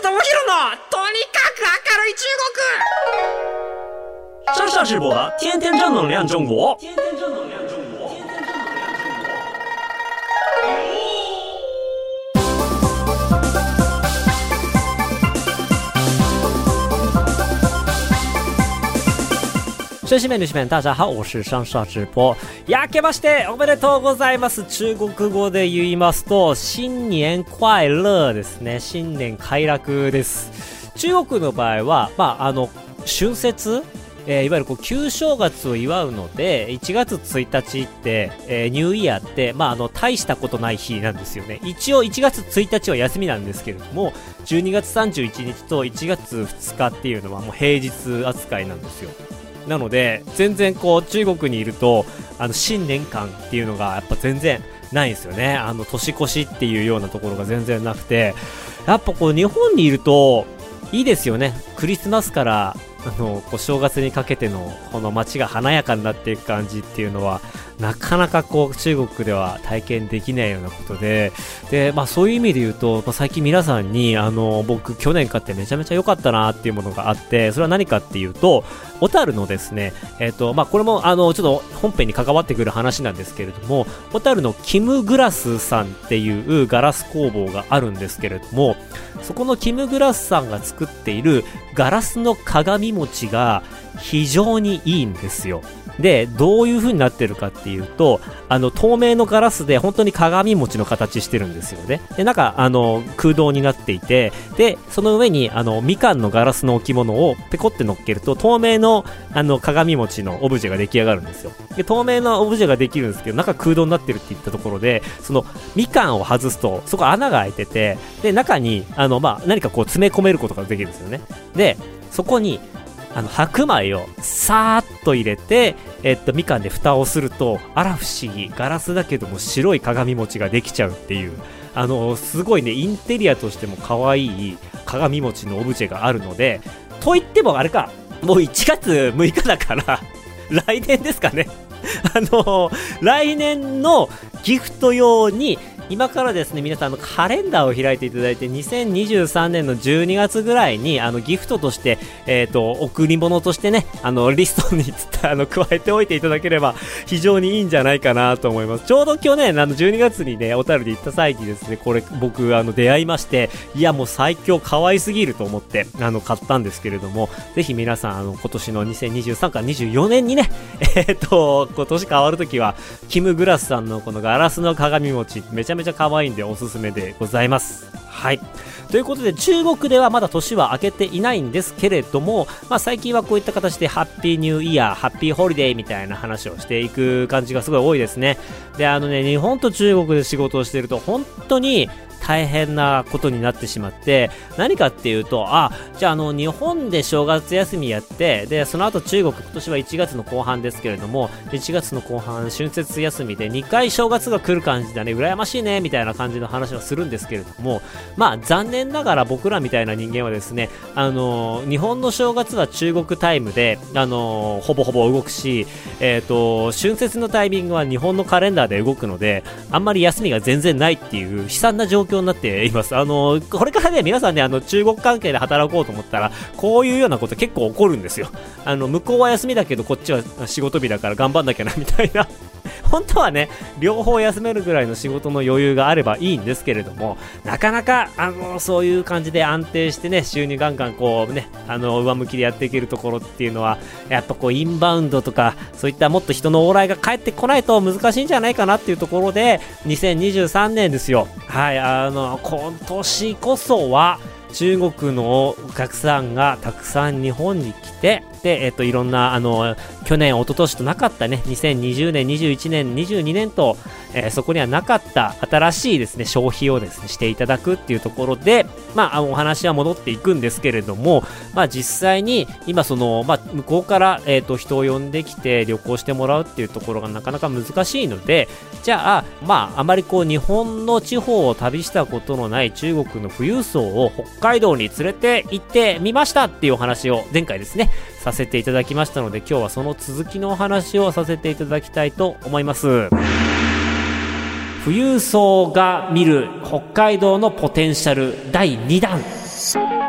智弘のとにかく明るい中国。 上上直播的天天正能量中国。生士们、女士们，大家好，我是上上直播。明けましておめでとうございます。中国語で言いますと、新年快樂ですね。新年快楽です。中国の場合は、春節、いわゆる旧正月を祝うので、1月1日って、ニューイヤーって、大したことない日なんですよね。一応1月1日は休みなんですけれども、12月31日と1月2日っていうのはもう平日扱いなんですよ。なので全然中国にいると新年感っていうのがやっぱ全然ないんですよね。年越しっていうようなところが全然なくて、やっぱ日本にいるといいですよね。クリスマスから正月にかけてのこの街が華やかになっていく感じっていうのはなかなか中国では体験できないようなことで、そういう意味で言うと、最近皆さんに僕去年買ってめちゃめちゃ良かったなっていうものがあって、それは何かっていうと、小樽のですね、これもちょっと本編に関わってくる話なんですけれども、小樽のキムグラスさんっていうガラス工房があるんですけれども、そこのキムグラスさんが作っているガラスの鏡餅が非常にいいんですよ。で、どういう風になってるかっていうと、透明のガラスで本当に鏡餅の形してるんですよね。で、空洞になっていて、で、その上にみかんのガラスの置物をペコって乗っけると、透明の鏡餅のオブジェが出来上がるんですよ。で、透明なオブジェができるんですけど、中空洞になってるって言ったところで、そのみかんを外すと、そこ穴が開いてて、で、中に何か詰め込めることができるんですよね。で、そこに白米をさーっと入れて、みかんで蓋をすると、あら不思議、ガラスだけども白い鏡餅ができちゃうっていう、すごいね、インテリアとしても可愛い鏡餅のオブジェがあるので、と言ってもあれか、もう1月6日だから、来年ですかね。来年のギフト用に、今からですね、皆さんカレンダーを開いていただいて、2023年の12月ぐらいにギフトとして、贈り物としてね、リストに加えておいていただければ非常にいいんじゃないかなと思います。ちょうど去年12月にね、小樽で行った際にですね、これ僕出会いまして、いやもう最強可愛すぎると思って買ったんですけれども、ぜひ皆さん今年の2023から24年にね、今年変わるときはキムグラスさんのこのガラスの鏡餅めちゃめちゃ可愛いんでおすすめでございます。はい。ということで、中国ではまだ年は明けていないんですけれども、最近はこういった形でハッピーニューイヤー、ハッピーホリデーみたいな話をしていく感じがすごい多いですね。で、日本と中国で仕事をしていると本当に大変なことになってしまって、何かっていうと、じゃあ日本で正月休みやって、でその後中国、今年は1月の後半ですけれども、1月の後半春節休みで2回正月が来る感じだね、羨ましいねみたいな感じの話をするんですけれども、残念ながら僕らみたいな人間はですね、日本の正月は中国タイムでほぼほぼ動くし、春節のタイミングは日本のカレンダーで動くので、あんまり休みが全然ないっていう悲惨な状況になっています。これからね、皆さんね、中国関係で働こうと思ったら、こういうようなこと結構起こるんですよ。向こうは休みだけど、こっちは仕事日だから頑張んなきゃな、みたいな。本当はね、両方休めるぐらいの仕事の余裕があればいいんですけれども、なかなか、そういう感じで安定してね、収入ガンガン上向きでやっていけるところっていうのは、やっぱインバウンドとか、そういったもっと人の往来が返ってこないと難しいんじゃないかなっていうところで、2023年ですよ。はい、今年こそは、中国のお客さんがたくさん日本に来て、で、いろんな、去年、一昨年となかったね、2020年、21年、22年と、そこにはなかった新しいですね、消費をですね、していただくっていうところで、お話は戻っていくんですけれども、実際に、今向こうから、人を呼んできて旅行してもらうっていうところがなかなか難しいので、じゃあ、あまり日本の地方を旅したことのない中国の富裕層を北海道に連れて行ってみましたっていうお話を前回ですね、させていただきましたので、今日はその続きのお話をさせていただきたいと思います。富裕層が見る北海道のポテンシャル第2弾。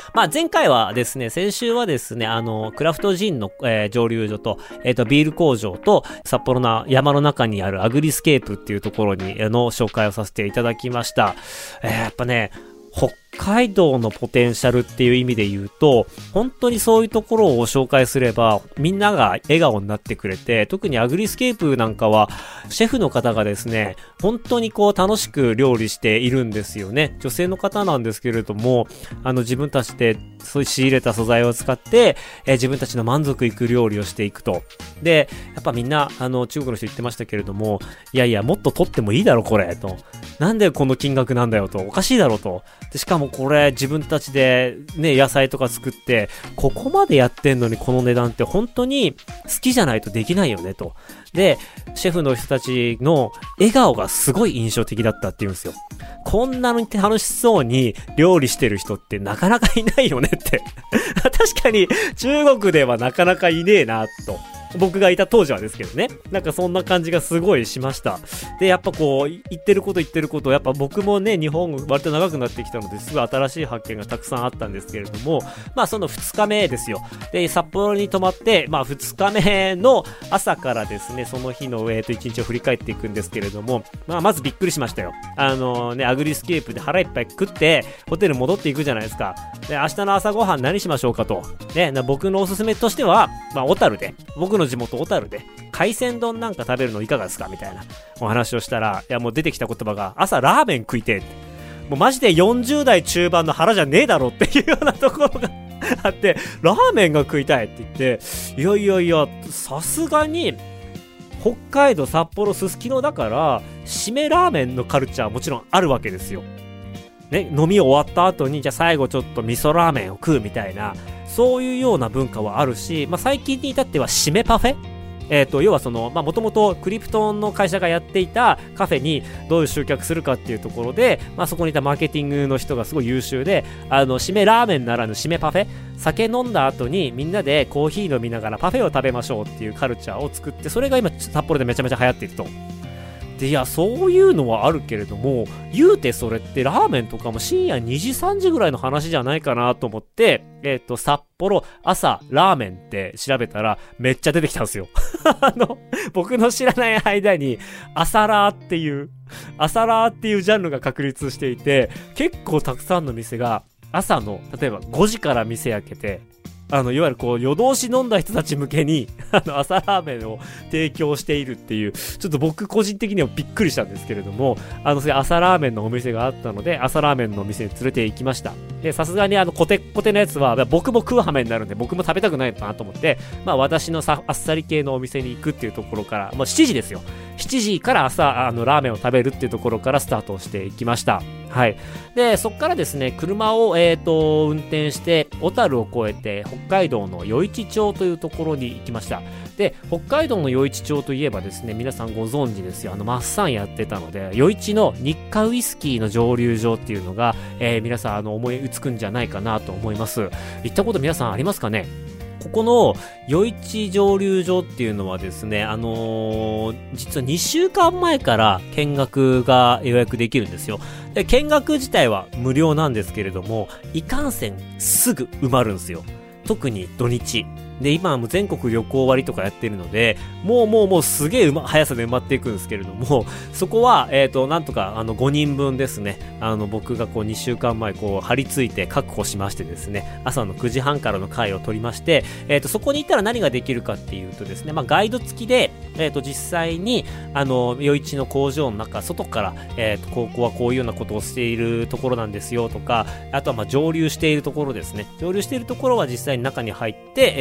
まあ前回はですね、先週はですね、クラフトジンの、蒸留所と、ビール工場と、札幌の山の中にあるアグリスケープっていうところに、の紹介をさせていただきました。やっぱね、北海道のポテンシャルっていう意味で言うと、本当にそういうところを紹介すれば、みんなが笑顔になってくれて、特にアグリスケープなんかは、シェフの方がですね、本当にこう楽しく料理しているんですよね。女性の方なんですけれども、自分たちでそういう仕入れた素材を使って、自分たちの満足いく料理をしていくと。で、やっぱみんな、中国の人言ってましたけれども、いやいや、もっと取ってもいいだろ、これ、と。なんでこの金額なんだよ、と。おかしいだろ、と。で、しかもこれ、自分たちでね、野菜とか作って、ここまでやってんのにこの値段って本当に好きじゃないとできないよね、と。で、シェフの人たちの笑顔がすごい印象的だったって言うんですよ。こんなのに楽しそうに料理してる人ってなかなかいないよねって確かに中国ではなかなかいねえなと、僕がいた当時はですけどね、なんかそんな感じがすごいしました。で、やっぱこう言ってることやっぱ僕もね、日本割と長くなってきたのですごい新しい発見がたくさんあったんですけれども、まあその2日目ですよ。で、札幌に泊まって、まあ2日目の朝からですね、その日の1日を振り返っていくんですけれども、まあまずびっくりしましたよ。アグリスケープで腹いっぱい食ってホテル戻っていくじゃないですか。で、明日の朝ごはん何しましょうかと。ね、僕のおすすめとしては、まあ小樽で、僕の地元小樽で海鮮丼なんか食べるのいかがですかみたいなお話をしたら、いやもう出てきた言葉が朝ラーメン食いてって、もうマジで40代中盤の腹じゃねえだろっていうようなところがあって、ラーメンが食いたいって言って、いやさすがに北海道札幌すすきのだから締めラーメンのカルチャーはもちろんあるわけですよね。飲み終わった後にじゃあ最後ちょっと味噌ラーメンを食うみたいな、そういうような文化はあるし、まあ、最近に至っては締めパフェ、要はその、まあ、もともとクリプトンの会社がやっていたカフェにどういう集客するかっていうところで、まあ、そこにいたマーケティングの人がすごい優秀で、締めラーメンならぬ締めパフェ、酒飲んだ後にみんなでコーヒー飲みながらパフェを食べましょうっていうカルチャーを作って、それが今札幌でめちゃめちゃ流行っていると。で、いや、そういうのはあるけれども、言うてそれってラーメンとかも深夜2時3時ぐらいの話じゃないかなと思って、札幌朝ラーメンって調べたらめっちゃ出てきたんですよ僕の知らない間に朝ラーっていうジャンルが確立していて、結構たくさんの店が朝の例えば5時から店開けて、いわゆるこう夜通し飲んだ人たち向けに朝ラーメンを提供しているっていう、ちょっと僕個人的にはびっくりしたんですけれども、そういう朝ラーメンのお店があったので、朝ラーメンのお店に連れて行きました。で、さすがにコテッコテのやつは僕も食う羽目になるんで、僕も食べたくないのかなと思って、まあ私のあっさり系のお店に行くっていうところから、もう7時ですよ。7時から朝ラーメンを食べるっていうところからスタートしていきました。はい。で、そっからですね、車を運転して小樽を越えて北海道の余市町というところに行きました。で、北海道の余市町といえばですね、皆さんご存知ですよ。マッサンやってたので、余市の日課ウイスキーの蒸留所っていうのが、皆さん思いつくんじゃないかなと思います。行ったこと皆さんありますかね？ここの余市蒸留所っていうのはですね、実は2週間前から見学が予約できるんですよ。で、見学自体は無料なんですけれども、いかんせんすぐ埋まるんですよ。特に土日。で、今はもう全国旅行割とかやってるので、もうすげえ速さで埋まっていくんですけれども、そこは、なんとか、5人分ですね、僕がこう2週間前、こう、張り付いて確保しましてですね、朝の9時半からの会を取りまして、そこに行ったら何ができるかっていうとですね、まあ、ガイド付きで、実際に、余市の工場の中、外から、ここはこういうようなことをしているところなんですよとか、あとはまあ、蒸留しているところですね。蒸留しているところは実際に中に入って、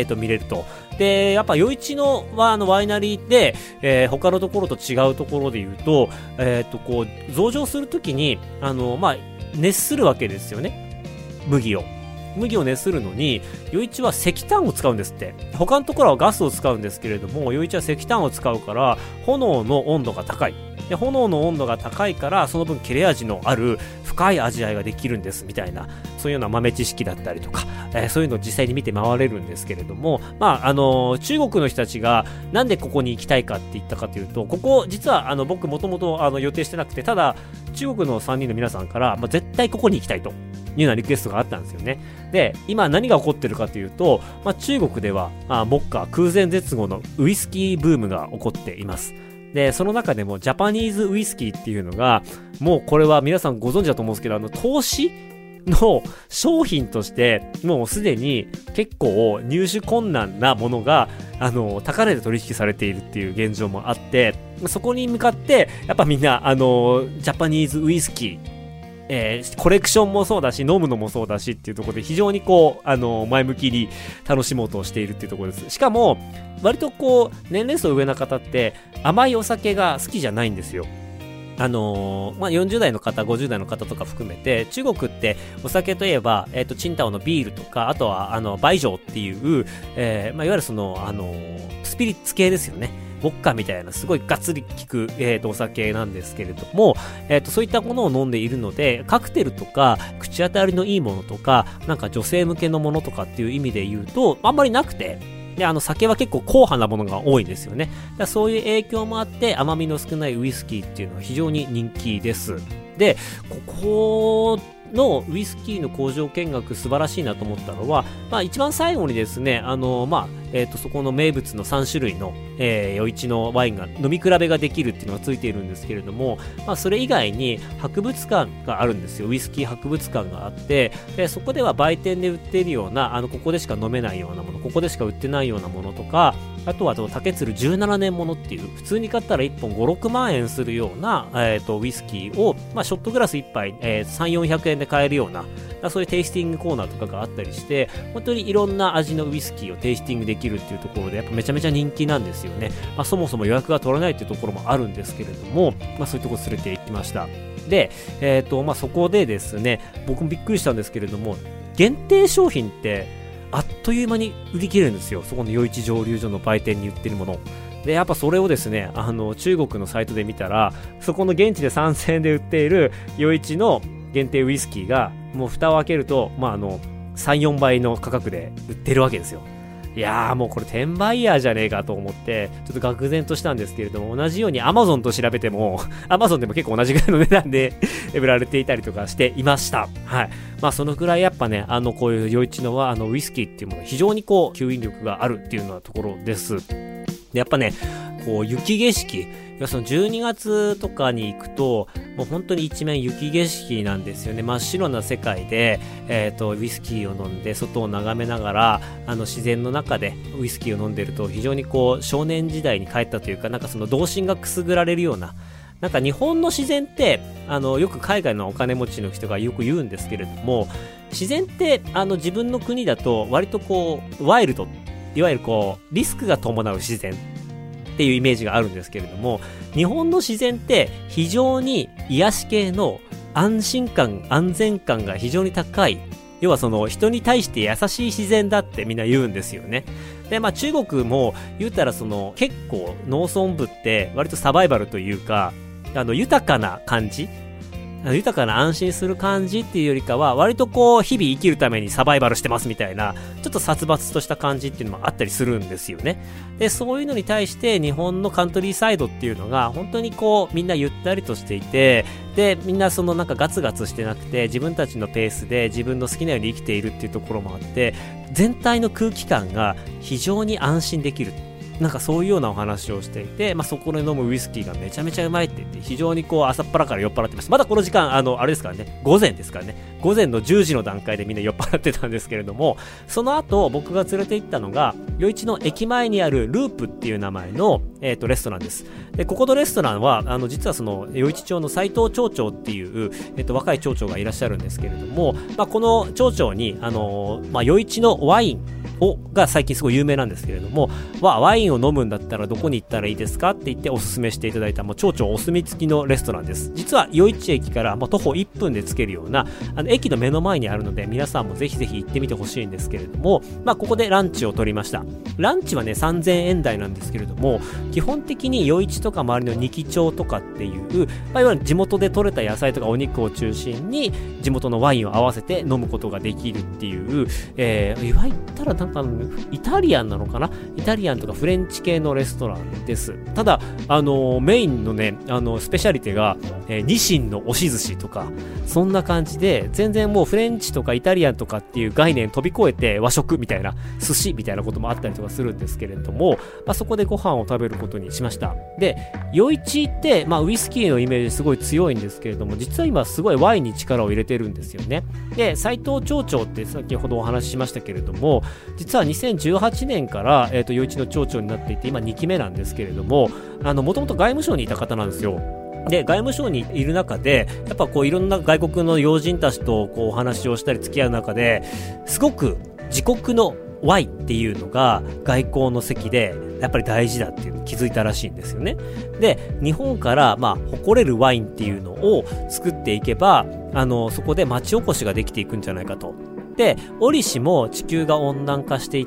見れると。で、やっぱ余市のワイナリーで、他のところと違うところで言うと、こう増上するときにまあ熱するわけですよね。麦を熱するのに余市は石炭を使うんですって。他のところはガスを使うんですけれども、余市は石炭を使うから炎の温度が高い。で、炎の温度が高いからその分切れ味のある深い味わいができるんですみたいな、そういうような豆知識だったりとか、そういうのを実際に見て回れるんですけれども、まあ中国の人たちがなんでここに行きたいかって言ったかというと、ここ実は僕もともと予定してなくて、ただ中国の3人の皆さんから、絶対ここに行きたいと、 いうようなリクエストがあったんですよね。で、今何が起こってるかというと、中国では、目下空前絶後のウイスキーブームが起こっています。で、その中でもジャパニーズウイスキーっていうのが、もうこれは皆さんご存知だと思うんですけど、投資の商品としてもうすでに結構入手困難なものが高値で取引されているっていう現状もあって、そこに向かってやっぱみんなジャパニーズウイスキー、コレクションもそうだし飲むのもそうだしっていうところで非常にこう前向きに楽しもうとしているっていうところです。しかも割とこう年齢層上な方って甘いお酒が好きじゃないんですよ。40代の方、50代の方とか含めて、中国ってお酒といえば、チンタオのビールとか、あとは、バイジョーっていう、いわゆるその、スピリッツ系ですよね。ウォッカみたいな、すごいガッツリ効く、お酒なんですけれども、そういったものを飲んでいるので、カクテルとか、口当たりのいいものとか、なんか女性向けのものとかっていう意味で言うと、あんまりなくて、で、酒は結構硬派なものが多いんですよね。だからそういう影響もあって甘みの少ないウイスキーっていうのは非常に人気です。で、ここのウイスキーの工場見学素晴らしいなと思ったのは、一番最後にですね、そこの名物の3種類の、余市のワインが飲み比べができるっていうのがついているんですけれども、それ以外に博物館があるんですよ。ウイスキー博物館があって、でそこでは売店で売っているような、ここでしか飲めないようなもの、ここでしか売ってないようなものとか、あとは竹鶴17年ものっていう、普通に買ったら1本5、6万円するような、ウイスキーを、ショットグラス1杯、3、400円で買えるような、そういうテイスティングコーナーとかがあったりして、本当にいろんな味のウイスキーをテイスティングできるっていうところで、やっぱめちゃめちゃ人気なんですよね。そもそも予約が取れないっていうところもあるんですけれども、そういうところ連れて行きました。で、そこでですね、僕もびっくりしたんですけれども、限定商品ってあっという間に売り切れるんですよ。そこの余市蒸留所の売店に売ってるもの。で、やっぱそれをですね、中国のサイトで見たら、そこの現地で3000円で売っている余市の限定ウイスキーが、もう蓋を開けると、3、4倍の価格で売ってるわけですよ。いやーもうこれ転売ヤーじゃねえかと思って、ちょっと愕然としたんですけれども、同じように Amazon と調べても、Amazon でも結構同じぐらいの値段で売られていたりとかしていました。はい。そのくらいやっぱね、こういう余市のは、ウイスキーっていうもの非常にこう、吸引力があるっていうようなところです。で、やっぱね、こう、雪景色、その12月とかに行くと、もう本当に一面雪景色なんですよね。真っ白な世界で、ウイスキーを飲んで、外を眺めながら、自然の中でウイスキーを飲んでると、非常にこう、少年時代に帰ったというか、なんかその童心がくすぐられるような、なんか日本の自然って、よく海外のお金持ちの人がよく言うんですけれども、自然って、自分の国だと、割とこう、ワイルド、いわゆるこう、リスクが伴う自然。っていうイメージがあるんですけれども、日本の自然って非常に癒し系の安心感、安全感が非常に高い。要はその人に対して優しい自然だってみんな言うんですよね。で、中国も言うたらその結構農村部って割とサバイバルというか、豊かな感じ、豊かな安心する感じっていうよりかは割とこう日々生きるためにサバイバルしてますみたいなちょっと殺伐とした感じっていうのもあったりするんですよね。で、そういうのに対して日本のカントリーサイドっていうのが本当にこうみんなゆったりとしていて、でみんなそのなんかガツガツしてなくて自分たちのペースで自分の好きなように生きているっていうところもあって、全体の空気感が非常に安心できる、なんかそういうようなお話をしていて、そこで飲むウイスキーがめちゃめちゃうまいって言って、非常にこう朝っぱらから酔っ払ってました。まだこの時間、あれですからね、午前ですからね、午前の10時の段階でみんな酔っ払ってたんですけれども、その後僕が連れて行ったのが、余市の駅前にあるループっていう名前の、レストランです。で、ここのレストランは、実はその、余市町の斉藤町長っていう、若い町長がいらっしゃるんですけれども、この町長に、余市のワイン、が最近すごい有名なんですけれども、ワインを飲むんだったらどこに行ったらいいですかって言っておすすめしていただいた、町長お墨付きのレストランです。実は余市駅から徒歩1分で着けるような駅の目の前にあるので、皆さんもぜひぜひ行ってみてほしいんですけれども、ここでランチを取りました。ランチはね3000円台なんですけれども、基本的に余市とか周りの二木町とかっていう、いわゆる地元で採れた野菜とかお肉を中心に地元のワインを合わせて飲むことができるっていう、いわゆったらなんなんかイタリアンなのかな、イタリアンとかフレンチ系のレストランです。ただメインのねスペシャリテが、ニシンの押し寿司とかそんな感じで、全然もうフレンチとかイタリアンとかっていう概念飛び越えて和食みたいな、寿司みたいなこともあったりとかするんですけれども、そこでご飯を食べることにしました。で、余市って、ウイスキーのイメージすごい強いんですけれども、実は今すごいワインに力を入れてるんですよね。で、斉藤町長って先ほどお話ししましたけれども、実は2018年から余市の町長になっていて、今2期目なんですけれども、もともと外務省にいた方なんですよ。で、外務省にいる中で、やっぱこういろんな外国の要人たちとこうお話をしたり付き合う中で、すごく自国のワインっていうのが外交の席でやっぱり大事だっていうのを気づいたらしいんですよね。で、日本から誇れるワインっていうのを作っていけば、そこで町おこしができていくんじゃないかと。で、折しも地球が温暖化していって、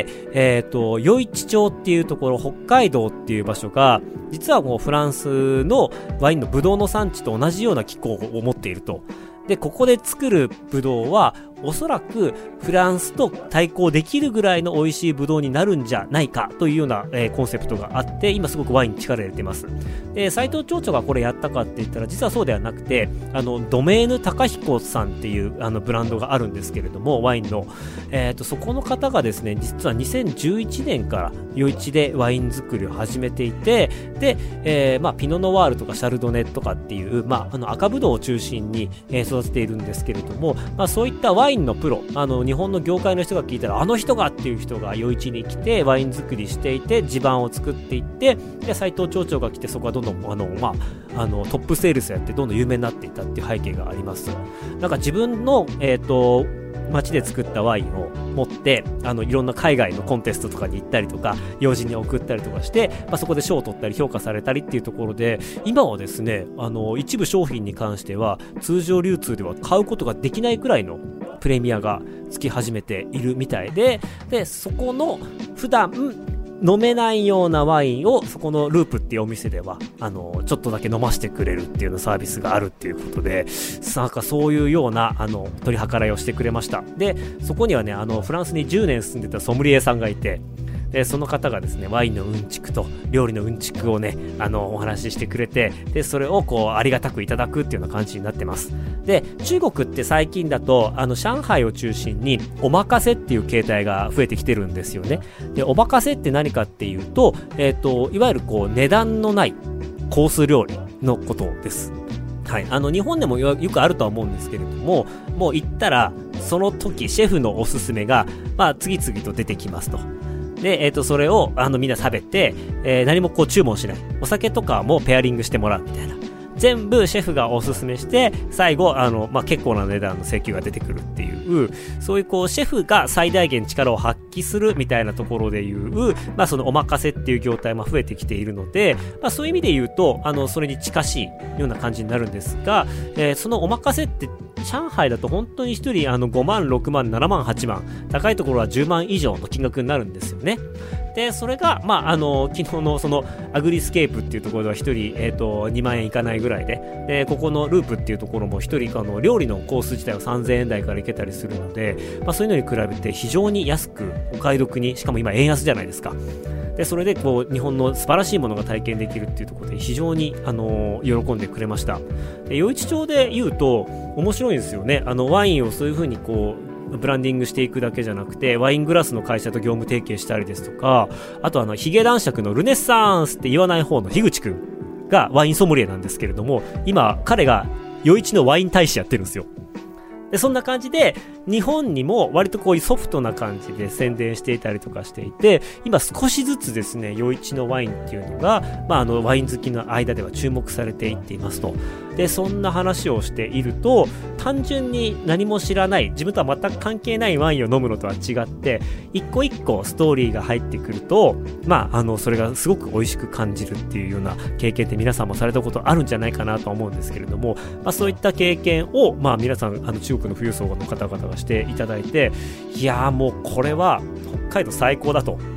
余市町っていうところ、北海道っていう場所が、実はもうフランスのワインのブドウの産地と同じような気候を持っていると。で、ここで作るブドウは、おそらくフランスと対抗できるぐらいの美味しいブドウになるんじゃないかというような、コンセプトがあって、今すごくワインに力を入れています。で、斉藤町長がこれやったかって言ったら、実はそうではなくて、ドメーヌ高彦さんっていうブランドがあるんですけれども、ワインの、そこの方がですね、実は2011年から余市でワイン作りを始めていて、で、ピノノワールとかシャルドネとかっていう、赤ブドウを中心に、育てているんですけれども、そういったワインのプロ、日本の業界の人が聞いたら、あの人がっていう人が余市に来てワイン作りしていて、地盤を作っていって、で、斉藤町長が来て、そこはどんどんトップセールスやってどんどん有名になっていったっていう背景があります。なんか自分の町で作ったワインを持っていろんな海外のコンテストとかに行ったりとか、要人に送ったりとかして、そこで賞を取ったり評価されたりっていうところで、今はですね一部商品に関しては通常流通では買うことができないくらいのプレミアがつき始めているみたいで、そこの普段飲めないようなワインをそこのループっていうお店ではちょっとだけ飲ませてくれるっていうのサービスがあるっていうことで、なんかそういうような取り計らいをしてくれました。で、そこにはねフランスに10年住んでたソムリエさんがいて、でその方がですねワインのうんちくと料理のうんちくをねお話ししてくれて、でそれをこうありがたくいただくっていうような感じになってます。で、中国って最近だと上海を中心におまかせっていう形態が増えてきてるんですよね。で、おまかせって何かっていうと、いわゆるこう値段のないコース料理のことです。はい、日本でもよくあるとは思うんですけれども、もう行ったらその時シェフのおすすめが次々と出てきますと。で、それをみんな食べて、何もこう注文しない。お酒とかもペアリングしてもらうみたいな。全部シェフがおすすめして、最後結構な値段の請求が出てくるっていう、そういうこうシェフが最大限力を発揮するみたいなところでいう、そのおまかせっていう業態も増えてきているので、そういう意味で言うとそれに近しいような感じになるんですが、そのおまかせって上海だと本当に一人5万、6万、7万、8万、高いところは10万以上の金額になるんですよね。で、それが、昨日のそのアグリスケープっていうところでは一人、2万円いかないぐらいで、ここのループっていうところも一人料理のコース自体は3000円台からいけたりするので、そういうのに比べて非常に安くお買い得に、しかも今円安じゃないですか。で、それでこう日本の素晴らしいものが体験できるっていうところで非常に喜んでくれました。で、余市町で言うと面白いんですよね。ワインをそういう風にこうブランディングしていくだけじゃなくて、ワイングラスの会社と業務提携したりですとか、あとヒゲ男爵のルネッサンスって言わない方の樋口くんがワインソムリエなんですけれども、今彼が余市のワイン大使やってるんですよ。で、そんな感じで日本にも割とこういうソフトな感じで宣伝していたりとかしていて、今少しずつですね余市のワインっていうのが、ワイン好きの間では注目されていっていますと。で、そんな話をしていると、単純に何も知らない、自分とは全く関係ないワインを飲むのとは違って、一個一個ストーリーが入ってくると、それがすごく美味しく感じるっていうような経験って皆さんもされたことあるんじゃないかなと思うんですけれども、そういった経験を、皆さん中国の富裕層の方々がしていただいて、いやーもうこれは北海道最高だと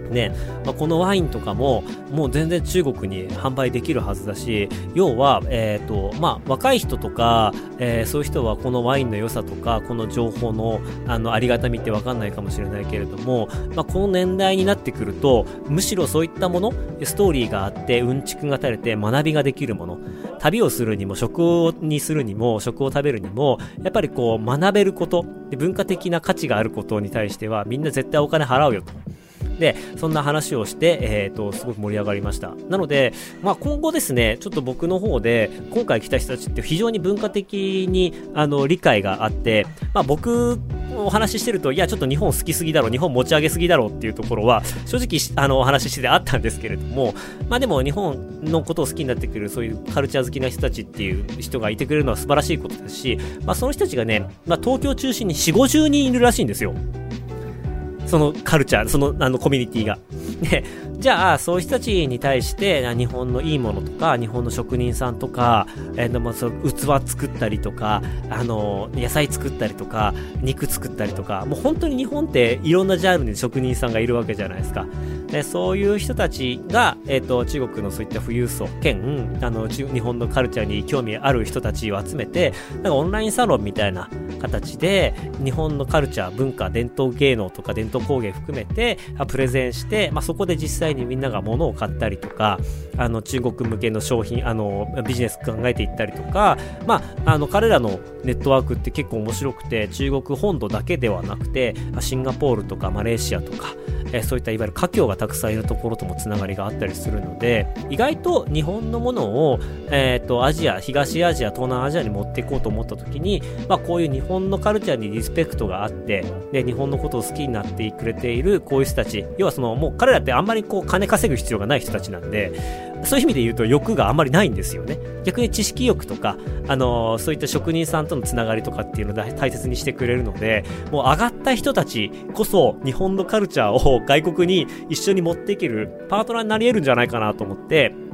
ね、このワインとかももう全然中国に販売できるはずだし、要は、若い人とか、そういう人はこのワインの良さとかこの情報のありがたみって分かんないかもしれないけれども、この年代になってくるとむしろそういったもの、ストーリーがあってうんちくが垂れて学びができるもの、旅をするにも食にするにも食を食べるにもやっぱりこう学べることで文化的な価値があることに対してはみんな絶対お金払うよと。で、そんな話をして、すごく盛り上がりました。なので、今後ですね、ちょっと僕の方で、今回来た人たちって非常に文化的に、理解があって、僕、お話ししてると、いや、ちょっと日本好きすぎだろ、日本持ち上げすぎだろっていうところは、正直、お話ししててあったんですけれども、でも日本のことを好きになってくる、そういうカルチャー好きな人たちっていう人がいてくれるのは素晴らしいことですし、その人たちがね、東京中心に4、50人いるらしいんですよ。そのカルチャー、そのコミュニティが。で、じゃあ、そういう人たちに対して、日本のいいものとか、日本の職人さんとか、その器作ったりとか、野菜作ったりとか、肉作ったりとか、もう本当に日本っていろんなジャンルに職人さんがいるわけじゃないですか。で、そういう人たちが、中国のそういった富裕層兼、日本のカルチャーに興味ある人たちを集めて、オンラインサロンみたいな形で、日本のカルチャー、文化、伝統芸能とか伝統工芸含めて、プレゼンして、そこで実際にみんなが物を買ったりとか、中国向けの商品、ビジネス考えていったりとか、彼らのネットワークって結構面白くて、中国本土だけではなくて、シンガポールとかマレーシアとか、そういったいわゆる華僑がたくさんいるところともつながりがあったりするので、意外と日本のものを、アジア、東アジア、東南アジアに持っていこうと思った時に、こういう日本のカルチャーにリスペクトがあって、で、日本のことを好きになってくれているこういう人たち、要はもう彼らってあんまり金稼ぐ必要がない人たちなんで、そういう意味で言うと欲があんまりないんですよね。逆に知識欲とか、そういった職人さんとのつながりとかっていうのを大切にしてくれるので、もう上がった人たちこそ日本のカルチャーを外国に一緒に持っていけるパートナーになり得るんじゃないかなと思って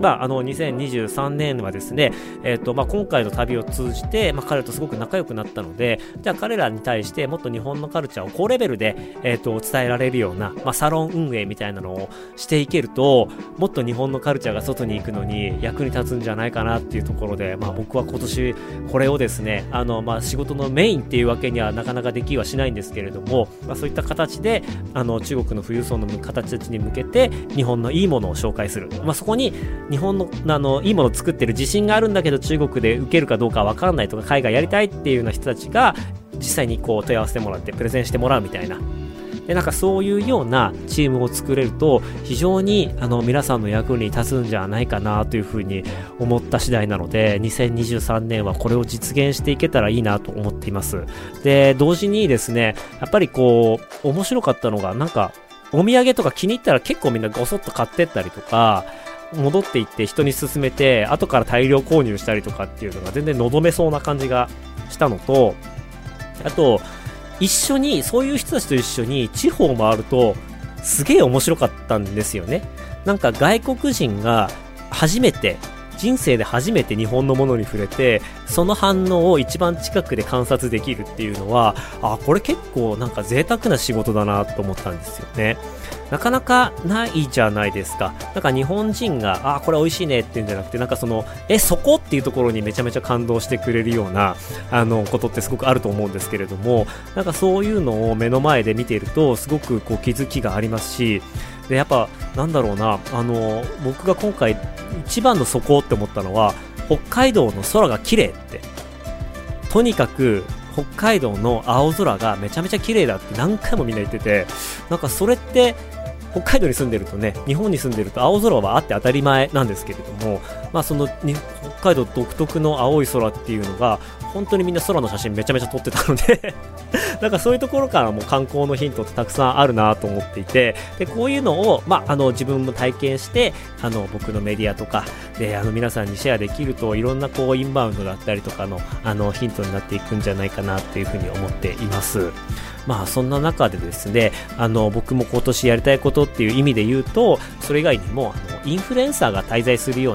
、2023年はですね、今回の旅を通じて、彼らとすごく仲良くなったので、じゃあ彼らに対してもっと日本のカルチャーを高レベルで、伝えられるような、サロン運営みたいなのをしていけると、もっと日本のカルチャーが外に行くのに役に立つんじゃないかなっていうところで、僕は今年これをですね、仕事のメインっていうわけにはなかなかできはしないんですけれども、そういった形で中国の富裕層の形たちに向けて日本のいいものを紹介する、そこに日本のいいものを作ってる自信があるんだけど中国で受けるかどうかわからないとか、海外やりたいっていうような人たちが実際にこう問い合わせてもらってプレゼンしてもらうみたいな、でそういうようなチームを作れると非常に皆さんの役に立つんじゃないかなというふうに思った次第なので、2023年はこれを実現していけたらいいなと思っています。で、同時にですね、やっぱりこう面白かったのが、お土産とか気に入ったら結構みんなごそっと買ってったりとか、戻っていって人に勧めて後から大量購入したりとかっていうのが全然望めそうな感じがしたのと、あと一緒にそういう人たちと一緒に地方を回るとすげえ面白かったんですよね。外国人が人生で初めて日本のものに触れて、その反応を一番近くで観察できるっていうのは、これ結構贅沢な仕事だなと思ったんですよね。なかなかないじゃないですか。日本人がこれ美味しいねって言うんじゃなくて、そこっていうところにめちゃめちゃ感動してくれるようなことってすごくあると思うんですけれども、そういうのを目の前で見ているとすごく気づきがありますし、でやっぱ僕が今回一番のそこって思ったのは、北海道の空が綺麗って、とにかく北海道の青空がめちゃめちゃ綺麗だって何回もみんな言ってて、それって北海道に住んでるとね、日本に住んでると青空はあって当たり前なんですけれども、その北海道独特の青い空っていうのが本当にみんな空の写真めちゃめちゃ撮ってたのでそういうところからも観光のヒントってたくさんあるなと思っていて、でこういうのを、自分も体験して僕のメディアとかで皆さんにシェアできると、いろんなインバウンドだったりとかのヒントになっていくんじゃないかなっていうふうに思っています。そんな中でですね、僕も今年やりたいことっていう意味で言うと、それ以外にもインフルエンサーが滞在するような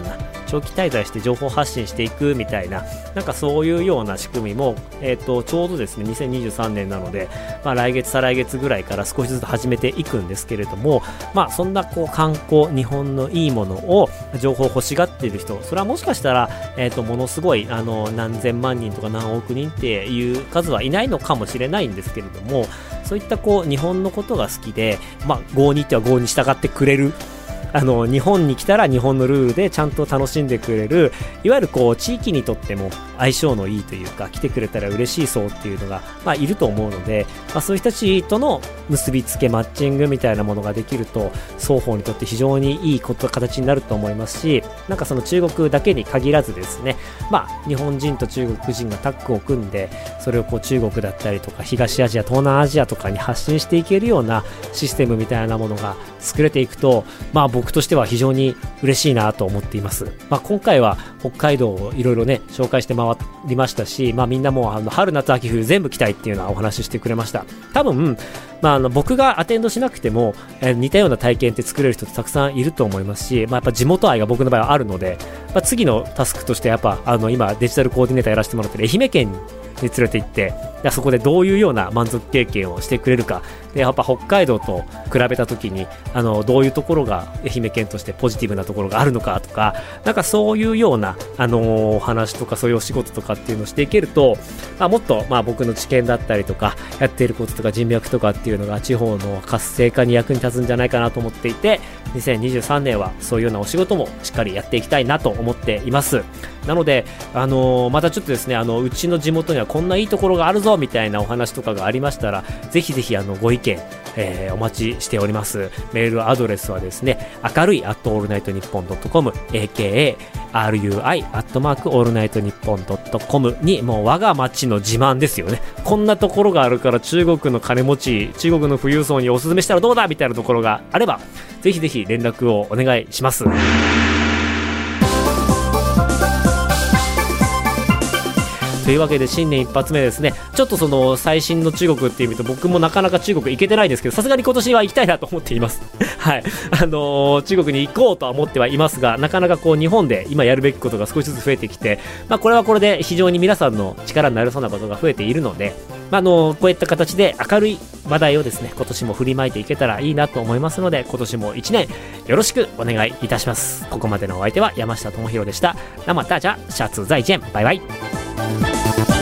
長期滞在して情報発信していくみたいな、なんかそういうような仕組みも、ちょうどですね2023年なので、来月再来月ぐらいから少しずつ始めていくんですけれども、そんな観光、日本のいいものを情報欲しがっている人、それはもしかしたら、ものすごい何千万人とか何億人っていう数はいないのかもしれないんですけれども、そういった日本のことが好きで、郷に行っては郷に従ってくれる、日本に来たら日本のルールでちゃんと楽しんでくれる、いわゆる地域にとっても相性のいいというか、来てくれたら嬉しい層っていうのが、いると思うので、そういう人たちとの結びつけ、マッチングみたいなものができると、双方にとって非常にいい形になると思いますし、なんかその中国だけに限らずですね、日本人と中国人がタッグを組んで、それを中国だったりとか東アジア、東南アジアとかに発信していけるようなシステムみたいなものが作れていくと、僕としては非常に嬉しいなと思っています。今回は北海道をいろいろね紹介して回りましたし、みんなも春夏秋冬全部来たいっていうのはお話ししてくれました。多分、僕がアテンドしなくても、似たような体験って作れる人ってたくさんいると思いますし、やっぱ地元愛が僕の場合はあるので、次のタスクとしてやっぱ今デジタルコーディネーターやらせてもらってる愛媛県に連れて行って、そこでどういうような満足経験をしてくれるかで、やっぱ北海道と比べた時にどういうところが愛媛県としてポジティブなところがあるのかとか、なんかそういうようなお話とかそういうお仕事とかっていうのをしていけると、もっと僕の知見だったりとかやっていることとか人脈とかっていうのが地方の活性化に役に立つんじゃないかなと思っていて、2023年はそういうようなお仕事もしっかりやっていきたいなと思っています。なのでまたちょっとですねうちの地元にはこんないいところがあるぞみたいなお話とかがありましたら、ぜひぜひご意見、お待ちしております。メールアドレスはですね、明るい@allnightnippon.com、akari@allnightnippon.com に、もう我が町の自慢ですよね。こんなところがあるから中国の金持ち、中国の富裕層におすすめしたらどうだみたいなところがあれば、ぜひぜひ連絡をお願いします。というわけで新年一発目ですね、ちょっとその最新の中国っていう意味と、僕もなかなか中国行けてないですけど、さすがに今年は行きたいなと思っていますはい、中国に行こうとは思ってはいますが、なかなか日本で今やるべきことが少しずつ増えてきて、これはこれで非常に皆さんの力になりそうなことが増えているので、こういった形で明るい話題をですね今年も振りまいていけたらいいなと思いますので、今年も1年よろしくお願いいたします。ここまでのお相手は山下智博でした。那么大家下次再见，拜拜。